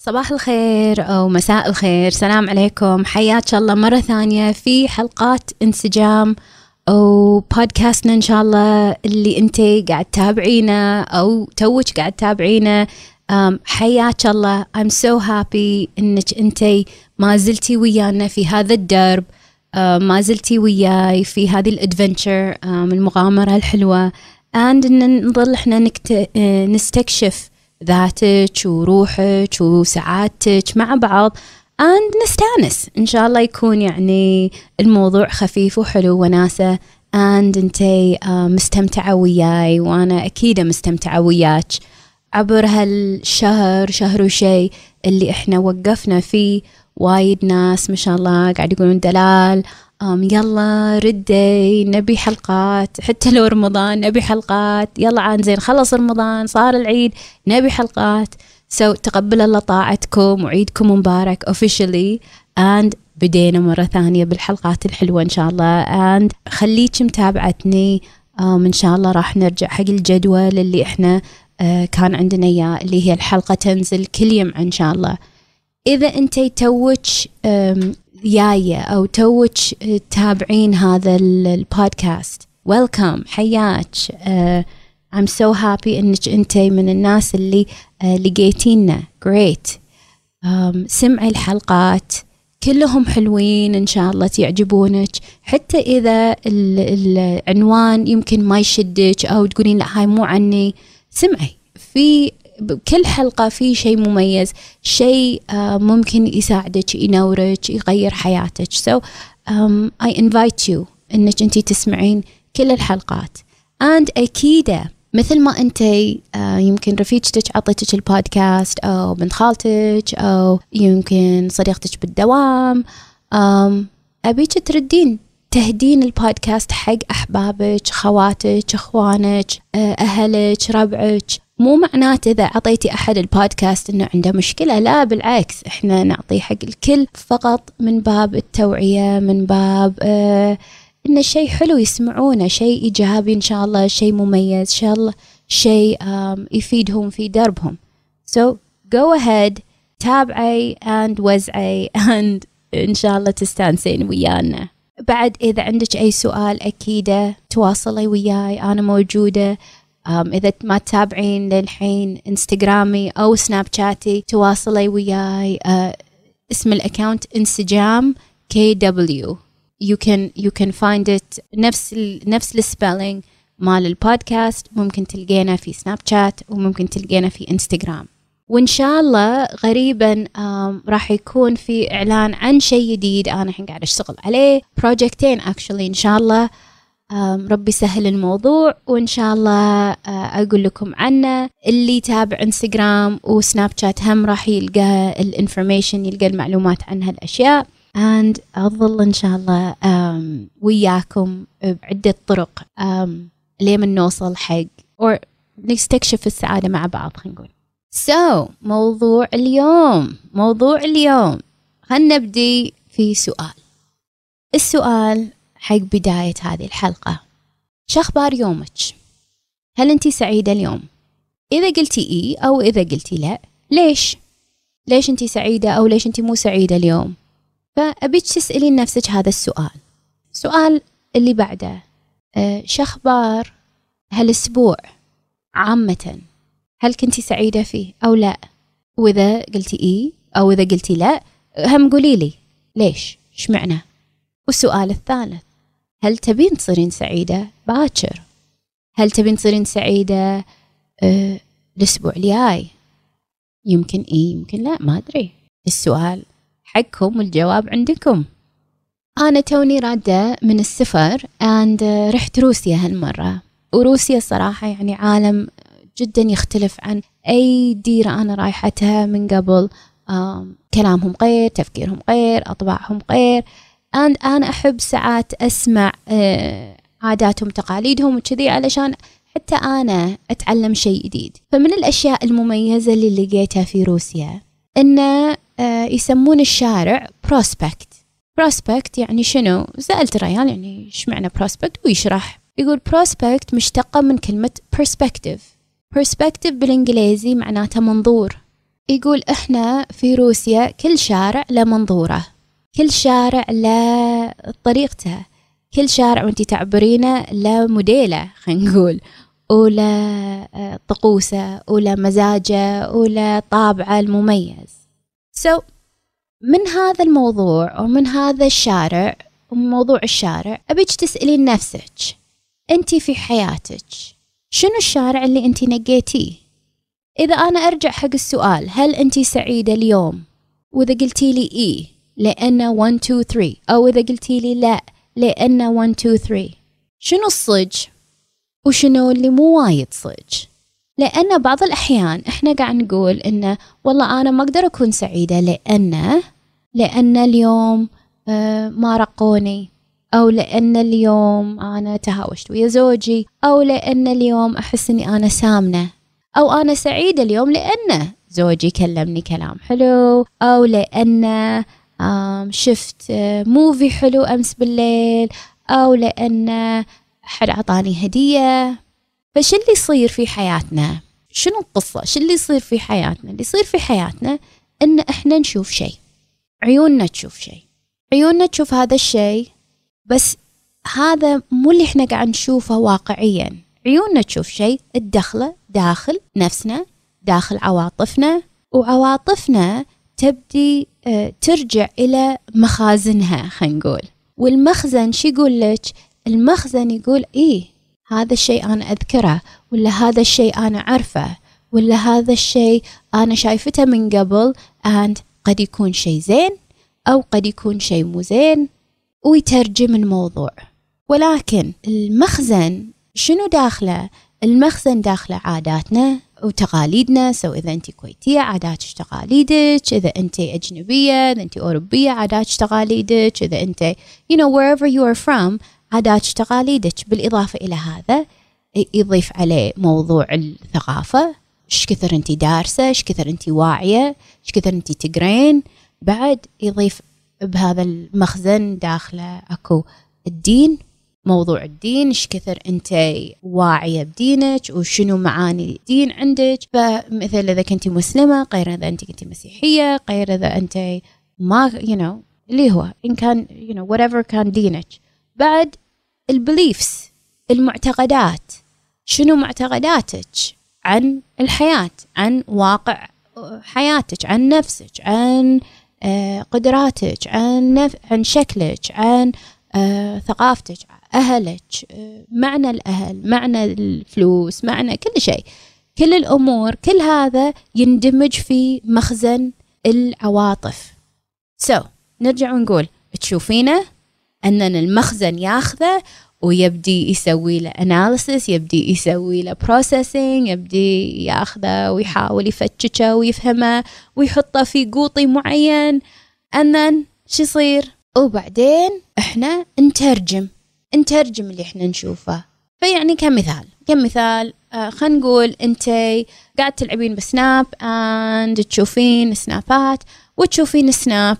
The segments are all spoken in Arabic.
صباح الخير أو مساء الخير، سلام عليكم، حياك الله مرة ثانية في حلقات انسجام أو بودكاستنا إن شاء الله اللي أنتي قاعد تتابعينا أو توج قاعد تتابعينا. حياك الله. I'm so happy إنك أنتي ما زلتي ويانا في هذا الدرب، ما زلتي وياي في هذه الادفنتشر، المغامرة الحلوة، and إن نظل إحنا نستكشف ذاتك وروحك وسعادتك مع بعض and نستانس إن شاء الله. يكون يعني الموضوع خفيف وحلو وناسة and أنتي مستمتعة وياي وأنا أكيد مستمتعة وياك عبر هالشهر، شهر وشي اللي إحنا وقفنا فيه. وايد ناس ما شاء الله قاعد يقولون دلال يلا ردي نبي حلقات، حتى لو رمضان نبي حلقات، يلا عن زين خلص رمضان صار العيد نبي حلقات. تقبل الله طاعتكم وعيدكم مبارك officially and بدينا مرة ثانية بالحلقات الحلوة إن شاء الله. and خليك متابعتني، إن شاء الله راح نرجع حق الجدول اللي إحنا كان عندنا إياه، اللي هي الحلقة تنزل كل يوم إن شاء الله. إذا أنتي توج جاية أو توج تابعين هذا البودكاست، welcome، حياك. I'm so happy إنك أنتي من الناس اللي لقيتينا great. سمعي الحلقات كلهم حلوين إن شاء الله تعجبونك، حتى إذا العنوان يمكن ما يشدك أو تقولين لا هاي مو عني، سمعي في كل حلقة في شيء مميز، شيء ممكن يساعدك، ينورك، يغير حياتك. So I invite you إنك أنتي تسمعين كل الحلقات. and أكيدة مثل ما أنتي يمكن رفيقتك عطيتك البودكاست أو بنت خالتك أو يمكن صديقتك بالدوام، أبيك تهدين البودكاست حق أحبابك، خواتك، أخوانك، أهلك، ربعك. مو معناته إذا عطيتي أحد البودكاست إنه عنده مشكلة، لا بالعكس، إحنا نعطيه حق الكل فقط من باب التوعية، من باب إنه شيء حلو يسمعونه، شيء إيجابي إن شاء الله، شيء مميز إن شاء الله، شيء يفيدهم في دربهم. So go ahead، تابعي and وزعي and إن شاء الله تستانسين ويانا. بعد إذا عندك أي سؤال أكيد تواصلي وياي، أنا موجودة. إذا ما تتابعين للحين انستغرامي أو سناب شاتي تواصلي وياي، اسم الأكاونت انسجام KW. you can find it نفس السبيلينج مال البودكاست، ممكن تلقينا في سناب شات وممكن تلقينا في انستغرام. وإن شاء الله غريبا راح يكون في إعلان عن شيء جديد أنا الحين قاعد أشتغل عليه، بروجكتين actually إن شاء الله. ربي سهل الموضوع وإن شاء الله أقول لكم عنه. اللي تابع انستغرام وسناب شات هم راح يلقى الانفورميشن، يلقى المعلومات عن هالأشياء. and أظل إن شاء الله وياكم بعدة طرق لين نوصل حق or نستكشف السعادة مع بعض، خلينا نقول. so موضوع اليوم خلنا نبدي في السؤال حق بداية هذه الحلقة. شخبار يومك؟ هل أنتي سعيدة اليوم؟ إذا قلتي إيه أو إذا قلتي لا، ليش أنتي سعيدة أو ليش أنتي مو سعيدة اليوم؟ فأبيك تسألين نفسك هذا السؤال. السؤال اللي بعده، شخبار هالأسبوع عامة، هل كنتي سعيدة فيه أو لا؟ وإذا قلتي إيه أو إذا قلتي لا، هم قولي لي ليش، إيش معنى؟ والسؤال الثالث، هل تبين تصيرين سعيدة باكر؟ هل تبين تصيرين سعيدة الأسبوع الجاي؟ يمكن إيه يمكن لا، ما أدري. السؤال حقكم والجواب عندكم. أنا توني رادة من السفر and رحت روسيا هالمرة. وروسيا صراحة يعني عالم جدا يختلف عن أي ديرة أنا رايحتها من قبل. كلامهم غير، تفكيرهم غير، أطباعهم غير. أنا أحب ساعات أسمع عاداتهم تقاليدهم وكذي علشان حتى أنا أتعلم شيء جديد. فمن الأشياء المميزة اللي لقيتها في روسيا إنه يسمون الشارع بروسبكت يعني شنو؟ سألت ريال يعني إيش معنى بروسبكت ويشرح. يقول بروسبكت مشتقة من كلمة perspective بالإنجليزي معناتها منظور. يقول إحنا في روسيا كل شارع له منظوره، كل شارع له طريقته، كل شارع وانتي تعبرينه له موديله، خلينا نقول، ولا طقوسه ولا مزاجه ولا طابعه المميز. من هذا الموضوع ومن هذا الشارع ومن موضوع الشارع أبيك تسألين نفسك أنتي في حياتك شنو الشارع اللي أنتي نقيتيه؟ إذا أنا أرجع حق السؤال هل أنتي سعيدة اليوم، وإذا قلتي لي إيه لأن 1 2 3، أو إذا قلتي لي لا لأن 1 2 3، شنو الصج وشنو اللي مو وايد صج؟ لأن بعض الأحيان إحنا قاعد نقول إنه والله أنا ما أقدر أكون سعيدة لأن اليوم ما رقوني، أو لأن اليوم أنا تهاوشت ويا زوجي، أو لأن اليوم أحس إني أنا سامنة، أو أنا سعيدة اليوم لأن زوجي كلمني كلام حلو، أو لأن شفت موفي حلو أمس بالليل، أو لأن حد عطاني هدية. فش اللي يصير في حياتنا؟ شنو القصة؟ شو اللي يصير في حياتنا؟ اللي يصير في حياتنا إن إحنا نشوف شيء، عيوننا تشوف شيء، عيوننا تشوف هذا الشيء، بس هذا مو اللي إحنا قاعد نشوفه واقعيا. عيوننا تشوف شيء الدخله داخل نفسنا، داخل عواطفنا، وعواطفنا تبدي ترجع إلى مخازنها، خلينا نقول. والمخزن شو يقول لك؟ المخزن يقول إيه هذا الشيء أنا أذكره، ولا هذا الشيء أنا عارفه، ولا هذا الشيء أنا شايفته من قبل، and قد يكون شيء زين أو قد يكون شيء مو زين، ويترجم الموضوع. ولكن المخزن شنو داخله؟ المخزن داخله عاداتنا وتقاليدنا، سو إذا أنت كويتية عاداتك تقاليدك، إذا أنت أجنبية، إذا أنت أوروبية عاداتك تقاليدك، إذا أنت wherever you are from عاداتك تقاليدك. بالإضافة إلى هذا يضيف عليه موضوع الثقافة، إيش كثر أنت دارسة، إيش كثر أنت واعية، إيش كثر أنت تقرين. بعد يضيف بهذا المخزن داخله أكو الدين، موضوع الدين، إيش كثر أنت واعية بدينك وشنو معاني الدين عندك. فمثل إذا كنت مسلمة غير إذا أنت كنت مسيحية، غير إذا أنت ما اللي هو إن كان whatever كان دينك. بعد البليفز، المعتقدات، شنو معتقداتك عن الحياة، عن واقع حياتك، عن نفسك، عن قدراتك، عن شكلك، عن ثقافتك، أهلك، معنى الأهل، معنى الفلوس، معنى كل شيء، كل الأمور، كل هذا يندمج في مخزن العواطف. نرجع ونقول تشوفينه أننا المخزن ياخذه ويبدي يسوي له analysis، يبدي يسوي له processing، يبدي ياخذه ويحاول يفتشه ويفهمه ويحطه في قوطي معين، أنن شو يصير؟ وبعدين إحنا نترجم اللي إحنا نشوفه. فيعني كمثال خلينا نقول أنت قاعد تلعبين بسناب and تشوفين سنابات، وتشوفين سناب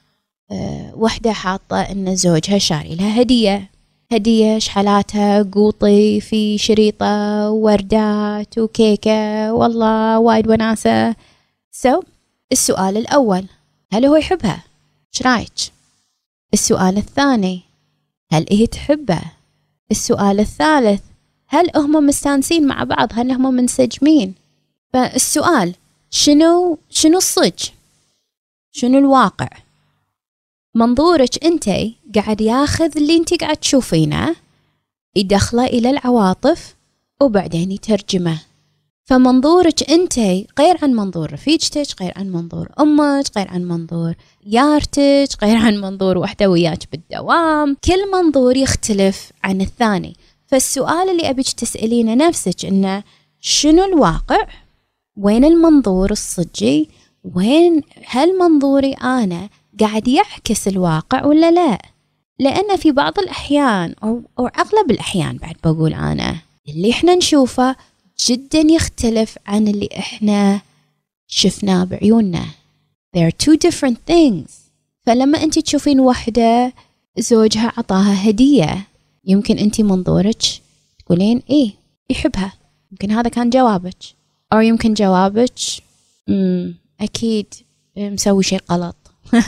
وحدة حاطة إن زوجها شاري لها هدية شحالاتها قوطي في شريطة وردات وكيكة، والله وايد وناسة. السؤال الأول، هل هو يحبها؟ ايش رايك؟ السؤال الثاني، هل هي تحبه؟ السؤال الثالث، هل هم مستانسين مع بعض؟ هل هم منسجمين؟ فالسؤال شنو الصج؟ شنو الواقع؟ منظورك أنت قاعد ياخذ اللي أنت قاعد تشوفينه، يدخله إلى العواطف وبعدين يترجمه. فمنظورك أنت غير عن منظور رفيجتك، غير عن منظور أمك، غير عن منظور يارتك، غير عن منظور وحدة وياك بالدوام. كل منظور يختلف عن الثاني. فالسؤال اللي أبيك تسألينه نفسك إنه شنو الواقع؟ وين المنظور الصجي؟ هل منظوري أنا قاعد يعكس الواقع ولا لا؟ لأن في بعض الأحيان أو أغلب الأحيان بعد بقول أنا اللي إحنا نشوفه جدا يختلف عن اللي إحنا شفناه بعيوننا. They are two different things. فلما أنت تشوفين واحدة زوجها عطاها هدية، يمكن أنت منظورك تقولين يحبها، يمكن هذا كان جوابك، أو يمكن جوابك أكيد مسوي شيء غلط.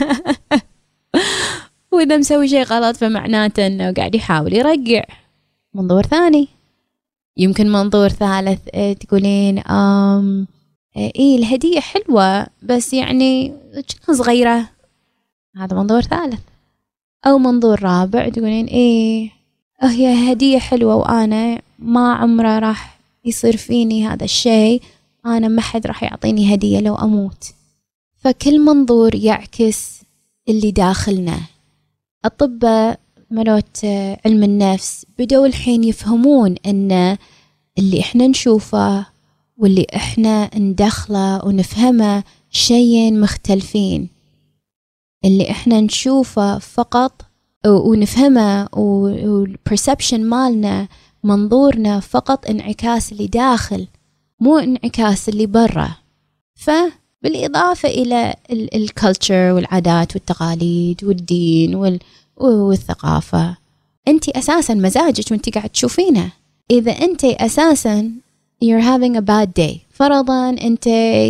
وإذا مسوي شيء غلط فمعناته أنه قاعد يحاول يرجع. منظور ثاني، يمكن منظور ثالث تقولين إيه الهدية حلوة بس يعني كنا صغيرة، هذا منظور ثالث. أو منظور رابع تقولين إيه هي هدية حلوة وأنا ما عمره راح يصير فيني هذا الشيء، أنا ما حد راح يعطيني هدية لو أموت. فكل منظور يعكس اللي داخلنا. أطباء ملوت علم النفس بدوا الحين يفهمون أن اللي إحنا نشوفه واللي إحنا ندخله ونفهمه شيئين مختلفين. اللي إحنا نشوفه فقط ونفهمه والperception مالنا منظورنا فقط انعكاس اللي داخل، مو انعكاس اللي برا. فبالإضافة إلى الكالتشر والعادات والتقاليد والدين والثقافة، أنت أساساً مزاجك وأنت قاعد تشوفينه. إذا أنت أساساً you're having a bad day، فرضاً أنت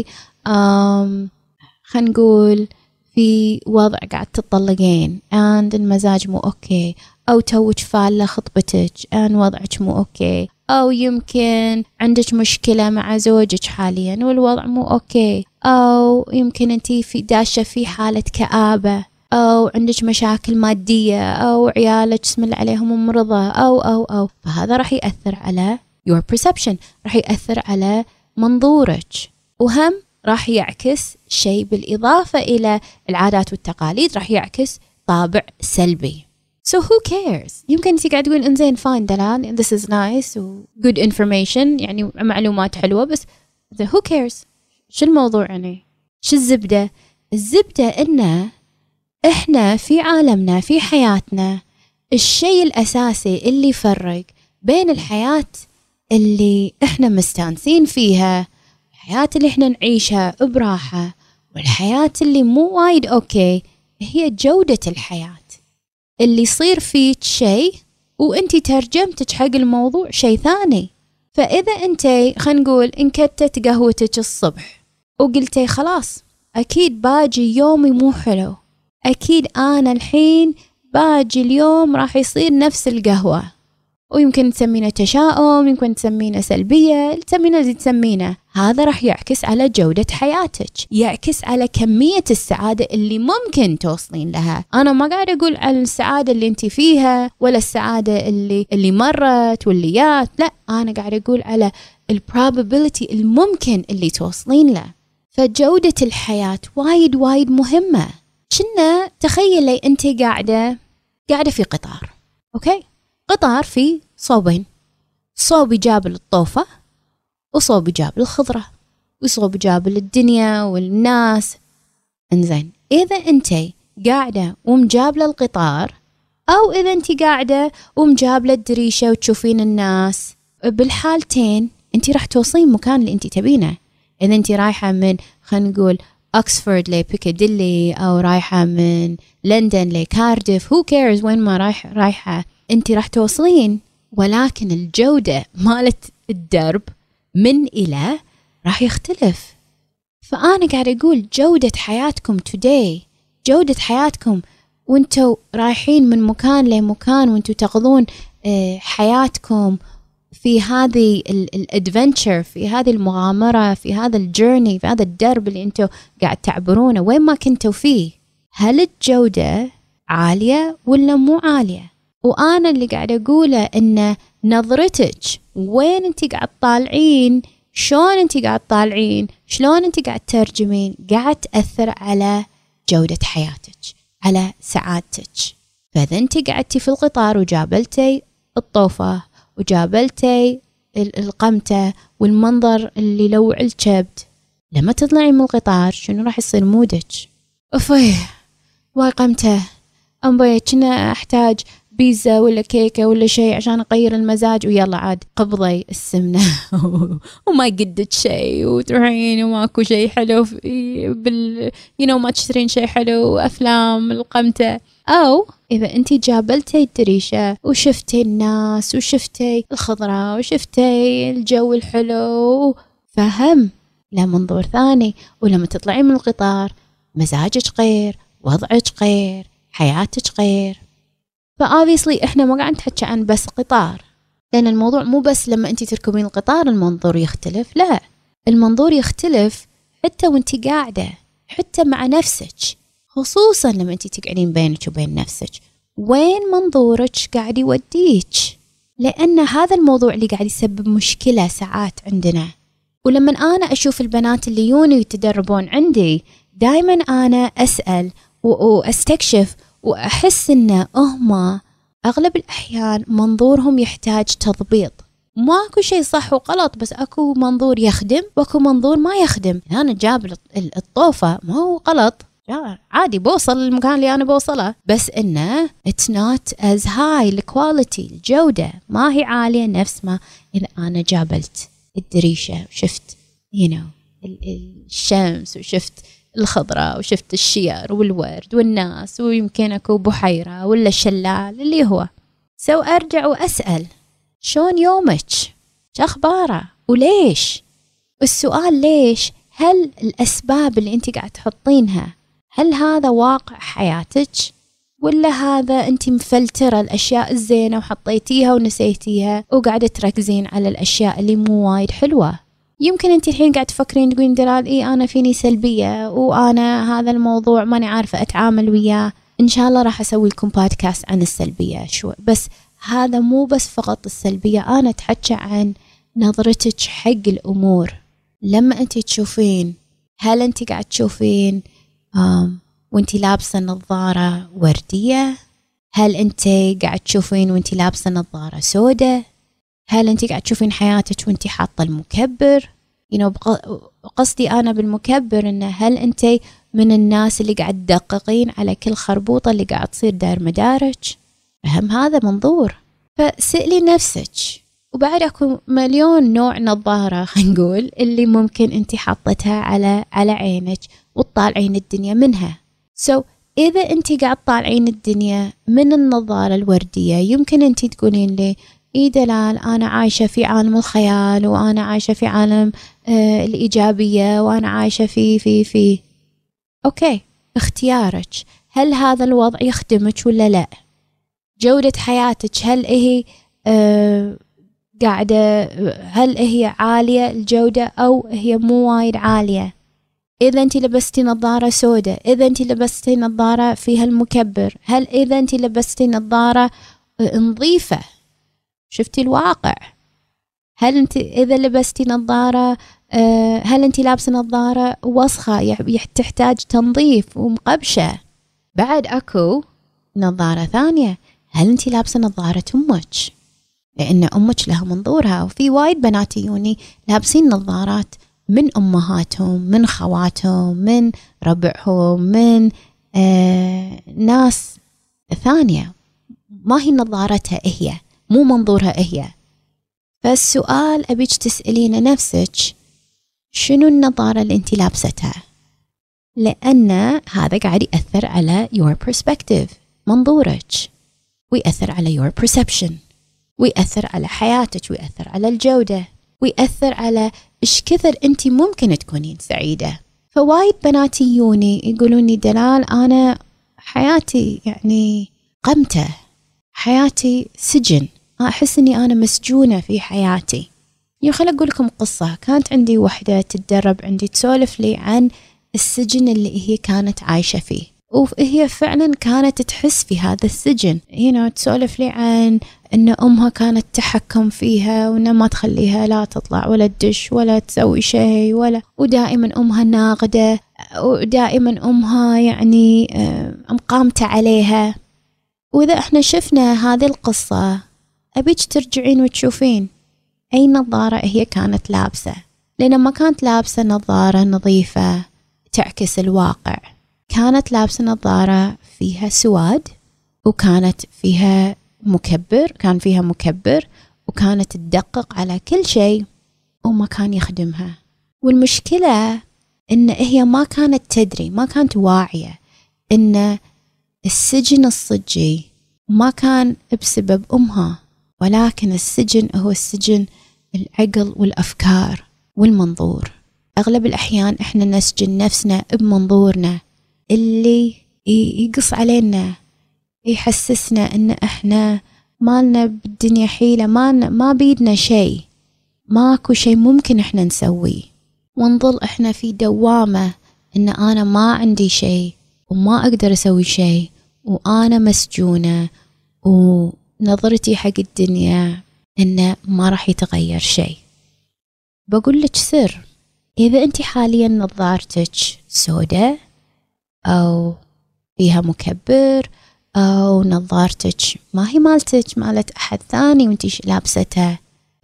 خلينا نقول في وضع قاعد تطلقين and المزاج مو أوكي، أو توج فالة خطبتك and وضعك مو أوكي، أو يمكن عندك مشكلة مع زوجك حالياً والوضع مو أوكي، أو يمكن أنت في داشة في حالة كآبة، أو عندك مشاكل مادية، أو عيالك اسم الله عليهم مرضى، أو فهذا راح يأثر على your perception، راح يأثر على منظورك، وهم راح يعكس شيء بالإضافة إلى العادات والتقاليد، راح يعكس طابع سلبي. So who cares؟ يمكن أنت قاعد تقول إنزين fine دلال this is nice و good information، يعني معلومات حلوة، بس who cares؟ شو الموضوع يعني؟ شو الزبدة؟ الزبدة إنه إحنا في عالمنا في حياتنا الشيء الأساسي اللي يفرق بين الحياة اللي إحنا مستانسين فيها، الحياة اللي إحنا نعيشها براحة، والحياة اللي مو وايد أوكي، هي جودة الحياة. اللي يصير فيك شيء وإنتي ترجمتك حق الموضوع شيء ثاني. فإذا إنتي خلينا نقول انكتت قهوتك الصبح وقلتي خلاص أكيد باجي يومي مو حلو، أكيد أنا الحين باجي اليوم راح يصير نفس القهوة، ويمكن تسمينه تشاؤم، يمكن تسمينه سلبية، تسمينه زي تسمينه، هذا راح يعكس على جودة حياتك، يعكس على كمية السعادة اللي ممكن توصلين لها. أنا ما قاعد أقول على السعادة اللي انت فيها ولا السعادة اللي مرت واللي جات، لا، أنا قاعد أقول على probability الممكن اللي توصلين له. فجودة الحياة وايد وايد مهمة. كنا تخيلي انت قاعدة في قطار، أوكي؟ قطار فيه صوبين، صوب يجابل الطوفة وصوب يجابل الخضرة وصوب يجابل الدنيا والناس. انزين، إذا أنتي قاعدة ومجابلة القطار، أو إذا أنتي قاعدة ومجابلة الدريشة وتشوفين الناس، بالحالتين أنتي راح توصلين مكان اللي أنتي تبينه. إذا أنتي رايحة من خلينا نقول أكسفورد لبيكاديلي، أو رايحة من لندن لكارديف، who cares وين ما رايحة، أنت راح توصلين، ولكن الجودة مالت الدرب من إلى راح يختلف. فأنا قاعد أقول جودة حياتكم today، جودة حياتكم وانتوا رايحين من مكان لمكان، وانتوا تقضون حياتكم في هذه الادفنتشر، في هذه المغامرة، في هذا الجيرني، في هذا الدرب اللي انتوا قاعد تعبرونه وين ما كنتوا فيه. هل الجودة عالية ولا مو عالية؟ وأنا اللي قاعد أقوله إن نظرتك وين أنت قاعد طالعين، شلون أنت قاعد طالعين، شلون أنت قاعد ترجمين، قاعد تأثر على جودة حياتك، على سعادتك. فإذا أنت قاعدتي في القطار وجابلتي الطوفة وجابلتي القمتة والمنظر اللي لو الكبد، لما تطلعي من القطار شنو راح يصير مودك؟ أفوي واي قمتة، أمبي كنا أحتاج بيتزا ولا كيكة ولا شيء عشان أغير المزاج، ويلا عاد قبضي السمنة وما قدت شيء، وتروحين وماكو شيء حلو ما تشترين شيء حلو، وأفلام القمتة. أو إذا أنتي جابلتي الدريشة وشفتي الناس وشفتي الخضرة وشفتي الجو الحلو، فهم له منظور ثاني. ولما تطلعين من القطار مزاجك غير، وضعك غير، حياتك غير. فobviously احنا ما قاعد نحكي عن بس قطار، لأن الموضوع مو بس لما أنت تركبين القطار المنظور يختلف، لا، المنظور يختلف حتى وانت قاعدة، حتى مع نفسك، خصوصا لما أنت تقعدين بينك وبين نفسك، وين منظورك قاعد يوديك. لأن هذا الموضوع اللي قاعد يسبب مشكلة ساعات عندنا. ولما أنا أشوف البنات اللي يوني يتدربون عندي، دايما أنا أسأل وأستكشف وأحس إن هما أغلب الأحيان منظورهم يحتاج تضبيط. ماكو شيء صح وغلط، بس أكو منظور يخدم وأكو منظور ما يخدم. أنا جاب الطوفة ما هو غلط، عادي بوصل المكان اللي أنا بوصله، بس إنه it's not as high الكواليتي، الجودة ما هي عالية نفس ما إذا أنا جابلت الدريشة وشفت الشمس وشفت الخضرة وشفت الشير والورد والناس، ويمكن أكو بحيرة ولا شلال اللي هو. أرجع وأسأل شون يومك، شخباره، وليش؟ السؤال ليش، هل الأسباب اللي أنت قاعد تحطينها هل هذا واقع حياتك، ولا هذا أنت مفلترة الأشياء الزينة وحطيتيها ونسيتيها وقاعدة تركزين على الأشياء اللي مو وايد حلوة. يمكن أنت الحين قاعد تفكرين تقولين دلال أنا فيني سلبية وأنا هذا الموضوع ماني عارفة أتعامل وياه. إن شاء الله راح أسوي لكم بودكاست عن السلبية شوي، بس هذا مو بس فقط السلبية، أنا أتحكي عن نظرتك حق الأمور. لما أنت تشوفين، هل أنت قاعد تشوفين وانتي لابسة نظارة وردية؟ هل انتي قاعد تشوفين وانتي لابسة نظارة سودة؟ هل انتي قاعد تشوفين حياتك وانتي حاطة المكبر؟ قصدي أنا بالمكبر إنه هل انتي من الناس اللي قاعد تدققين على كل خربوطة اللي قاعد تصير دار مدارج؟ أهم هذا منظور. فسألي نفسك. وبعد أكو مليون نوع نظارة خلينا نقول اللي ممكن انتي حاطتها على عينك وتطالعين الدنيا منها. إذا أنتي قاعد طالعين الدنيا من النظارة الوردية، يمكن أنتي تقولين لي دلال أنا عايشة في عالم الخيال، وأنا عايشة في عالم الإيجابية، وأنا عايشة في أوكي، اختيارك. هل هذا الوضع يخدمك ولا لا؟ جودة حياتك هل هي هل هي عالية الجودة أو هي مو وايد عالية؟ إذا أنت لبستي نظارة سوداء، إذا أنت لبستي نظارة فيها المكبر، هل إذا أنت لبستي نظارة نظيفة شفتي الواقع؟ هل أنت إذا لبستي نظارة هل أنت لابسة نظارة وسخة تحتاج تنظيف ومقبشة؟ بعد أكو نظارة ثانية، هل أنت لابسة نظارة أمك؟ لأن أمك لها منظورها. وفي وايد بنات يوني لابسين نظارات من أمهاتهم، من خواتهم، من ربعهم، من ناس ثانية ما هي نظارتها هي، مو منظورها هي. فالسؤال أبيك تسألين نفسك شنو النظارة اللي أنت لابستها، لأن هذا قاعد يأثر على your perspective، منظورك، ويأثر على your perception، ويأثر على حياتك، ويأثر على الجودة، ويأثر على إيش كثر أنت ممكن تكونين سعيدة. فوايد بنات يجوني يقولوني دلال أنا حياتي يعني قمتة، حياتي سجن، أحس أني أنا مسجونة في حياتي. خليني أقول لكم قصة. كانت عندي وحدة تتدرب عندي تسولف لي عن السجن اللي هي كانت عايشة فيه، وهي فعلا كانت تحس في هذا السجن. تسولف لي عن أن أمها كانت تحكم فيها، وأن ما تخليها لا تطلع ولا تدش ولا تسوي شيء، ودائما أمها ناقدة، ودائما أمها يعني مقامتة عليها. وإذا احنا شفنا هذه القصة أبيك ترجعين وتشوفين أي نظارة هي كانت لابسة، لأن ما كانت لابسة نظارة نظيفة تعكس الواقع، كانت لابسة نظارة فيها سواد، وكانت فيها مكبر، كان فيها مكبر، وكانت تدقق على كل شيء وما كان يخدمها. والمشكلة إن هي ما كانت تدري، ما كانت واعية إن السجن الصجي ما كان بسبب أمها، ولكن السجن هو السجن العقل والأفكار والمنظور. أغلب الأحيان إحنا نسجن نفسنا بمنظورنا اللي يقص علينا، يحسسنا إن إحنا مالنا بالدنيا حيلة، ما بيدنا شيء، ماكو شيء ممكن إحنا نسويه، ونظل إحنا في دوامة إن أنا ما عندي شيء وما أقدر أسوي شيء وأنا مسجونة، ونظرتي حق الدنيا إنه ما راح يتغير شيء. بقول لك سر، إذا أنت حاليا نظارتك سوداء أو فيها مكبر، أو نظارتك ما هي مالتك، مالت أحد ثاني وانتي لابستها،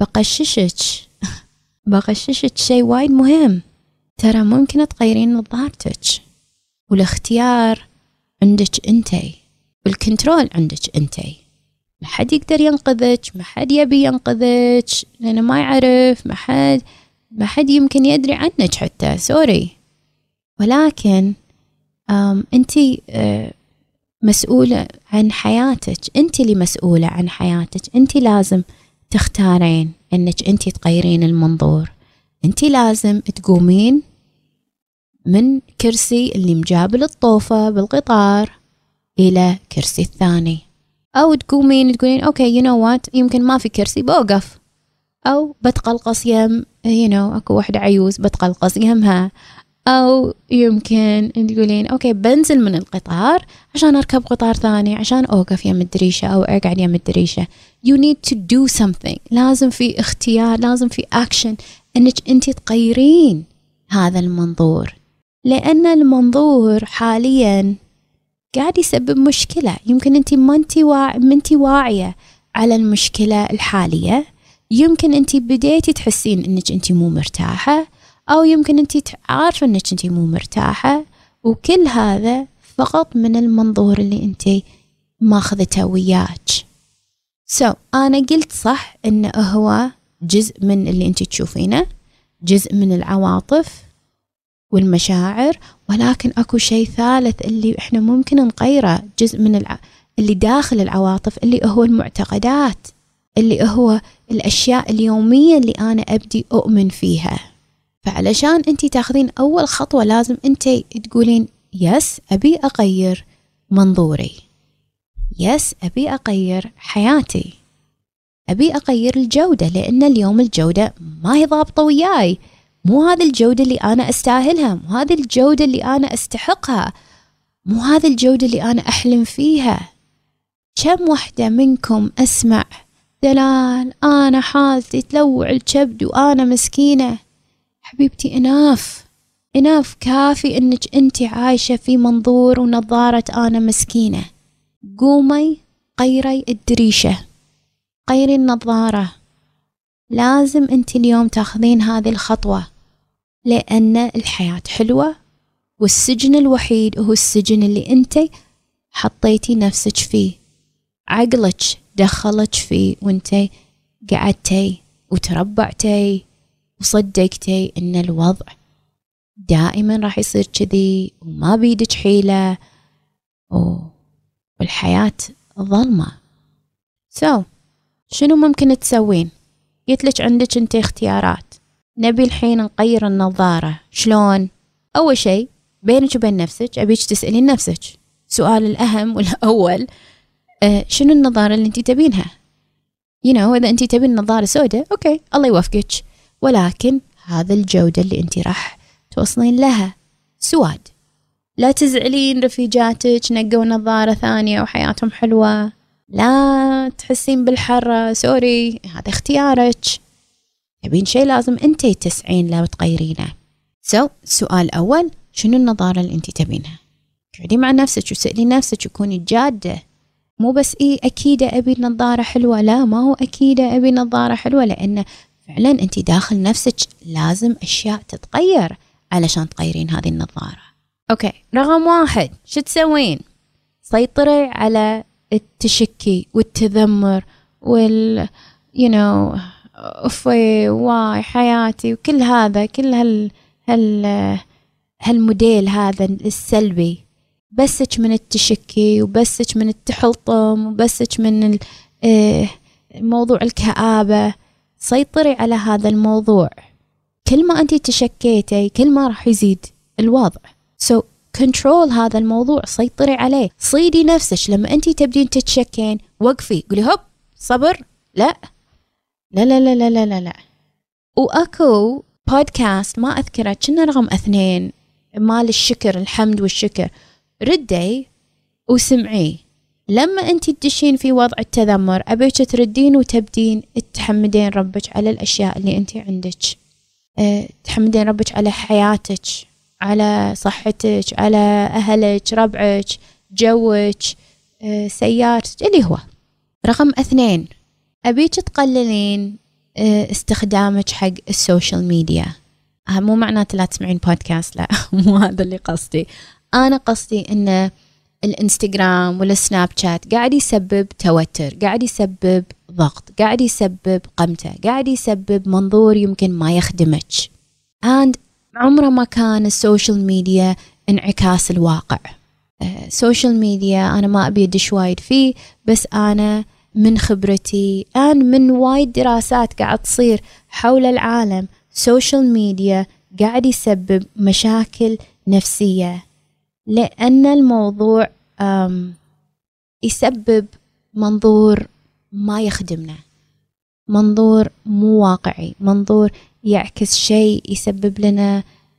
بغششك شيء وايد مهم. ترى ممكن تغيرين نظارتك، والاختيار عندك انتي، والكنترول عندك انتي. ما حد يقدر ينقذك، ما حد يبي ينقذك، لأنه ما يعرف، ما حد يمكن يدري عنك حتى، سوري. ولكن انتي مسؤولة عن حياتك، انتي اللي مسؤولة عن حياتك، انتي لازم تختارين انك انتي تغيرين المنظور. انتي لازم تقومين من كرسي اللي مجابل الطوفة بالقطار الى كرسي الثاني، او تقومين تقولين اوكي يمكن ما في كرسي بوقف، او بتقلقص يم اكو واحدة عيوز بتقلقص يمها، أو يمكن تقولين أوكي بنزل من القطار عشان أركب قطار ثاني، عشان أوقف يم الدريشة أو أقعد يم الدريشة. You need to do something. لازم في اختيار، لازم في action، إنك أنت تغيرين هذا المنظور، لأن المنظور حاليا قاعد يسبب مشكلة. يمكن أنت ما أنت واعية على المشكلة الحالية، يمكن أنت بديتي تحسين إنك أنت مو مرتاحة، أو يمكن أنت عارفة أنك أنت مو مرتاحة، وكل هذا فقط من المنظور اللي أنت ماخذته وياك. أنا قلت صح إنه هو جزء من اللي أنت تشوفينه، جزء من العواطف والمشاعر، ولكن أكو شيء ثالث اللي إحنا ممكن نغيره، جزء من اللي داخل العواطف، اللي هو المعتقدات، اللي هو الأشياء اليومية اللي أنا أبدي أؤمن فيها. فعلشان أنتي تاخذين أول خطوة لازم أنتي تقولين يس أبي أغير منظوري، يس أبي أغير حياتي، أبي أغير الجودة، لأن اليوم الجودة ما هي ضابطة وياي، مو هذه الجودة اللي أنا أستاهلها، مو هذه الجودة اللي أنا أستحقها، مو هذه الجودة اللي أنا أحلم فيها. كم وحدة منكم أسمع دلال أنا حالتي تلوع الكبد وأنا مسكينة؟ حبيبتي إناف كافي إنك أنت عايشة في منظور ونظارة أنا مسكينة. قومي غيري الدريشة، غيري النظارة. لازم أنت اليوم تاخذين هذه الخطوة، لأن الحياة حلوة، والسجن الوحيد هو السجن اللي أنت حطيتي نفسك فيه، عقلك دخلك فيه، وأنت قعدتي وتربعتي وصدقتي إن الوضع دائما راح يصير كذي وما بيدك حيلة والحياة ظلمة. شنو ممكن تسوين؟ قلتلك عندك انت اختيارات. نبي الحين نغير النظارة. شلون؟ أول شيء بينك وبين نفسك أبيك تسألين نفسك سؤال الأهم والأول، شنو النظارة اللي انت تبينها؟ إذا انت تبين نظارة سوداء أوكي الله يوفقك، ولكن هذا الجودة اللي انت راح توصلين لها سواد. لا تزعلين رفيجاتك نقوا نظارة ثانية وحياتهم حلوة، لا تحسين بالحرة، سوري هذا اختيارك. تبين شيء لازم انتي تسعين لا تغيرينه. سؤال أول، شنو النظارة اللي انتي تبينها؟ قعدي مع نفسك وسألي نفسك وكوني جادة، مو بس أكيد أبي نظارة حلوة، لا ما هو أكيد أبي نظارة حلوة، لأن فعلا انتي داخل نفسك لازم أشياء تتغير علشان تغيرين هذه النظارة. أوكي، رقم 1 شو تسوين؟ سيطري على التشكي والتذمر أفوي واي حياتي وكل هذا، كل هالموديل هذا السلبي، بسك من التشكي وبسك من التحلطم وبسك من موضوع الكآبة. سيطري على هذا الموضوع، كل ما أنت تشكيتي كل ما راح يزيد الوضع. so control هذا الموضوع، سيطري عليه. صيدي نفسك لما أنت تبدين تتشكين، وقفي قولي هوب صبر، لا لا لا لا لا لا لا. وأكو بودكاست ما أذكره كنا رقم 2 مال الشكر، الحمد والشكر، ردي وسمعي. لما أنت تدشين في وضع التذمر أبيك تردين وتبدين تحمدين ربك على الأشياء اللي أنت عندك، تحمدين ربك على حياتك، على صحتك، على أهلك، ربعك، جوك، سيارتك، اللي هو. رقم 2 أبيك تقللين استخدامك حق السوشيال ميديا. مو معناته لا تسمعين بودكاست، لا مو هذا اللي قصدي. أنا قصدي إن الانستغرام والسناب شات قاعد يسبب توتر، قاعد يسبب ضغط، قاعد يسبب قمتة، قاعد يسبب منظور يمكن ما يخدمك. and عمره ما كان السوشيال ميديا انعكاس الواقع. السوشيال ميديا أنا ما أبي أدش وايد فيه، بس أنا من خبرتي من وايد دراسات قاعد تصير حول العالم، السوشيال ميديا قاعد يسبب مشاكل نفسية، لأن الموضوع يسبب منظور ما يخدمنا، منظور مو واقعي، منظور يعكس شيء يسبب لنا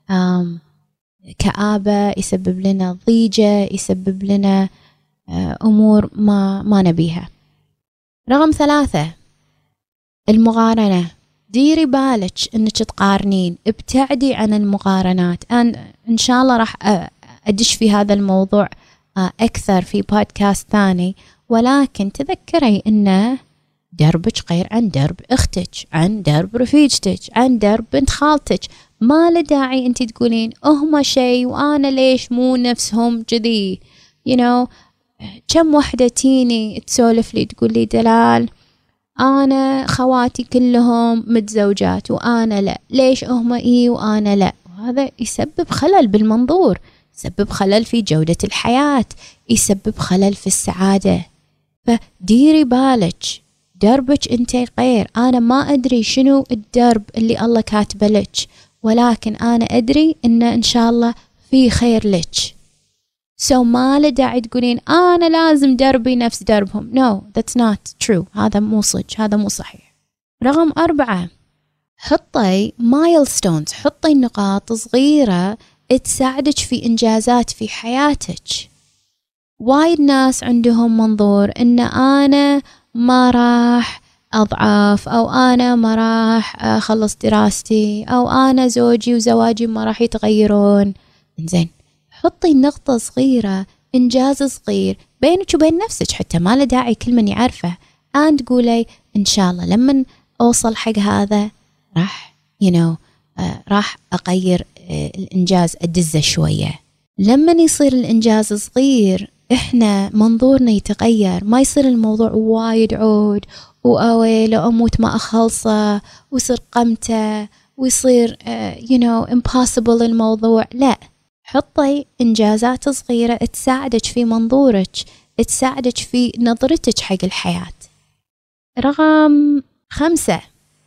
كآبة، يسبب لنا ضيجة، يسبب لنا أمور ما نبيها. رقم 3 المقارنة. ديري بالك أنك تقارنين، ابتعدي عن المقارنات. أنا إن شاء الله راح أدش في هذا الموضوع أكثر في بودكاست ثاني، ولكن تذكري أن دربك غير عن درب أختك، عن درب رفيجتك، عن درب بنت خالتك. ما له داعي أنت تقولين هما شيء وأنا ليش مو نفسهم كذي. كم وحدة تيني تسولف لي تقول لي دلال أنا خواتي كلهم متزوجات وأنا لا، ليش هما وأنا لا؟ وهذا يسبب خلل بالمنظور، يسبب خلل في جودة الحياة، يسبب خلل في السعادة. فديري بالك، دربك انت غير. أنا ما أدري شنو الدرب اللي الله كاتبه لك، ولكن أنا أدري إن شاء الله في خير لك. ما له داعي تقولين أنا لازم دربي نفس دربهم. No, that's not true. هذا مو صج، هذا مو صحيح. رقم 4 حطي milestones، حطي نقاط صغيرة تساعدك في إنجازات في حياتك. وايد ناس عندهم منظور إن أنا ما راح أضعف، أو أنا ما راح أخلص دراستي، أو أنا زوجي وزواجي ما راح يتغيرون. إنزين، حطي نقطة صغيرة، إنجاز صغير بينك وبين نفسك، حتى ما له داعي كل من يعرفه. قولي إن شاء الله لما أوصل حق هذا راح راح أغير الإنجاز، أدزه شوية. لما يصير الإنجاز صغير إحنا منظورنا يتغير، ما يصير الموضوع وايد عود وأوي لو أموت ما أخلصه، ويصير قمته، ويصير impossible الموضوع. لا، حطي إنجازات صغيرة تساعدك في منظورك، تساعدك في نظرتك حق الحياة. رقم 5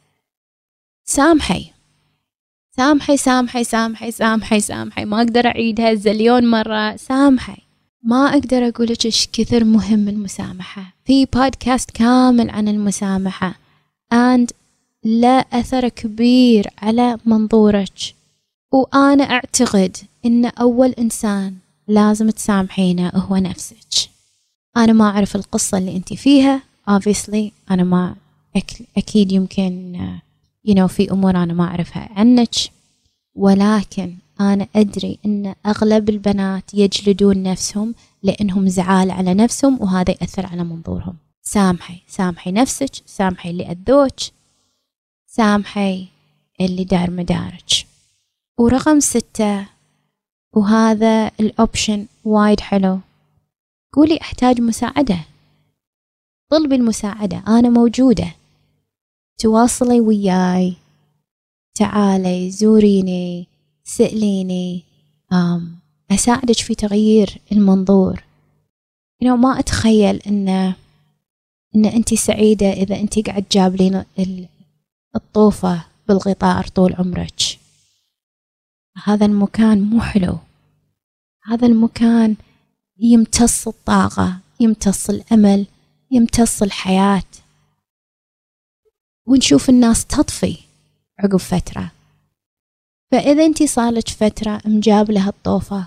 سامحي سامحي سامحي سامحي سامحي سامحي. ما أقدر أعيدها زليون مرة. سامحي. ما أقدر أقولك إيش كثر مهم المسامحة. في بودكاست كامل عن المسامحة and لا أثر كبير على منظورك. وأنا أعتقد إن أول إنسان لازم تسامحينه هو نفسك. أنا ما أعرف القصة اللي أنت فيها obviously، أنا ما أكيد يمكن في أمور أنا ما أعرفها عنك، ولكن أنا أدري إن أغلب البنات يجلدون نفسهم لأنهم زعال على نفسهم، وهذا يأثر على منظورهم. سامحي نفسك، سامحي اللي أذوك، سامحي اللي دار مدارك. ورقم 6 وهذا الأوبشن وايد حلو، قولي أحتاج مساعدة. طلبي المساعدة، أنا موجودة. تواصلي وياي، تعالي زوريني، سأليني، أساعدك في تغيير المنظور. ما أتخيل إن أنتي سعيدة إذا أنتي قاعد جابلين الطوفة بالقطار طول عمرك. هذا المكان مو حلو، هذا المكان يمتص الطاقة، يمتص الأمل، يمتص الحياة. ونشوف الناس تطفي عقب فترة. فإذا أنتي صارلك فترة مجاب لها الطوفة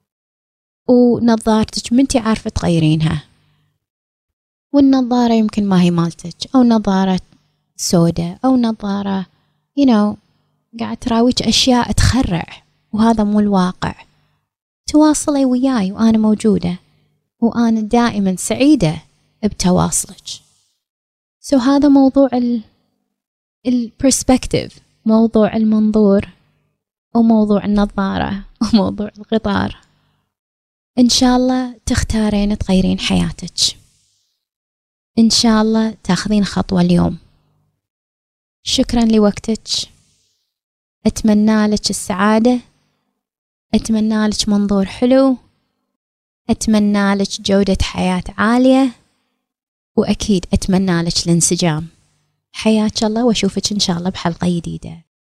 ونظارتك منتي عارفة تغيرينها، والنظارة يمكن ما هي مالتك، أو نظارة سودة، أو نظارة قاعد تراويك أشياء تخرع، وهذا مو الواقع. تواصلي وياي وأنا موجودة، وأنا دائما سعيدة بتواصلك. هذا موضوع البرسبكتيف، موضوع المنظور، وموضوع النظارة، وموضوع القطار. إن شاء الله تختارين تغيرين حياتك، إن شاء الله تاخذين خطوة اليوم. شكرا لوقتك، أتمنى لك السعادة، أتمنى لك منظور حلو، أتمنى لك جودة حياة عالية، وأكيد أتمنى لك الانسجام. حياك الله، وأشوفك إن شاء الله بحلقة جديدة.